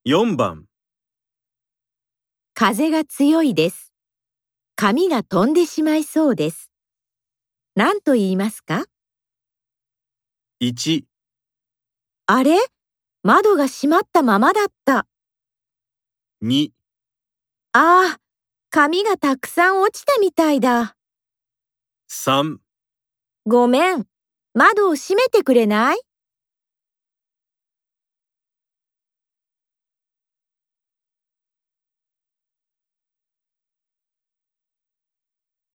4番。 風が強いです。髪が飛んでしまいそうです。何と言いますか？ 1、 あれ？窓が閉まったままだった。 2、 ああ、紙がたくさん落ちたみたいだ。 3 ごめん。窓を閉めてくれない？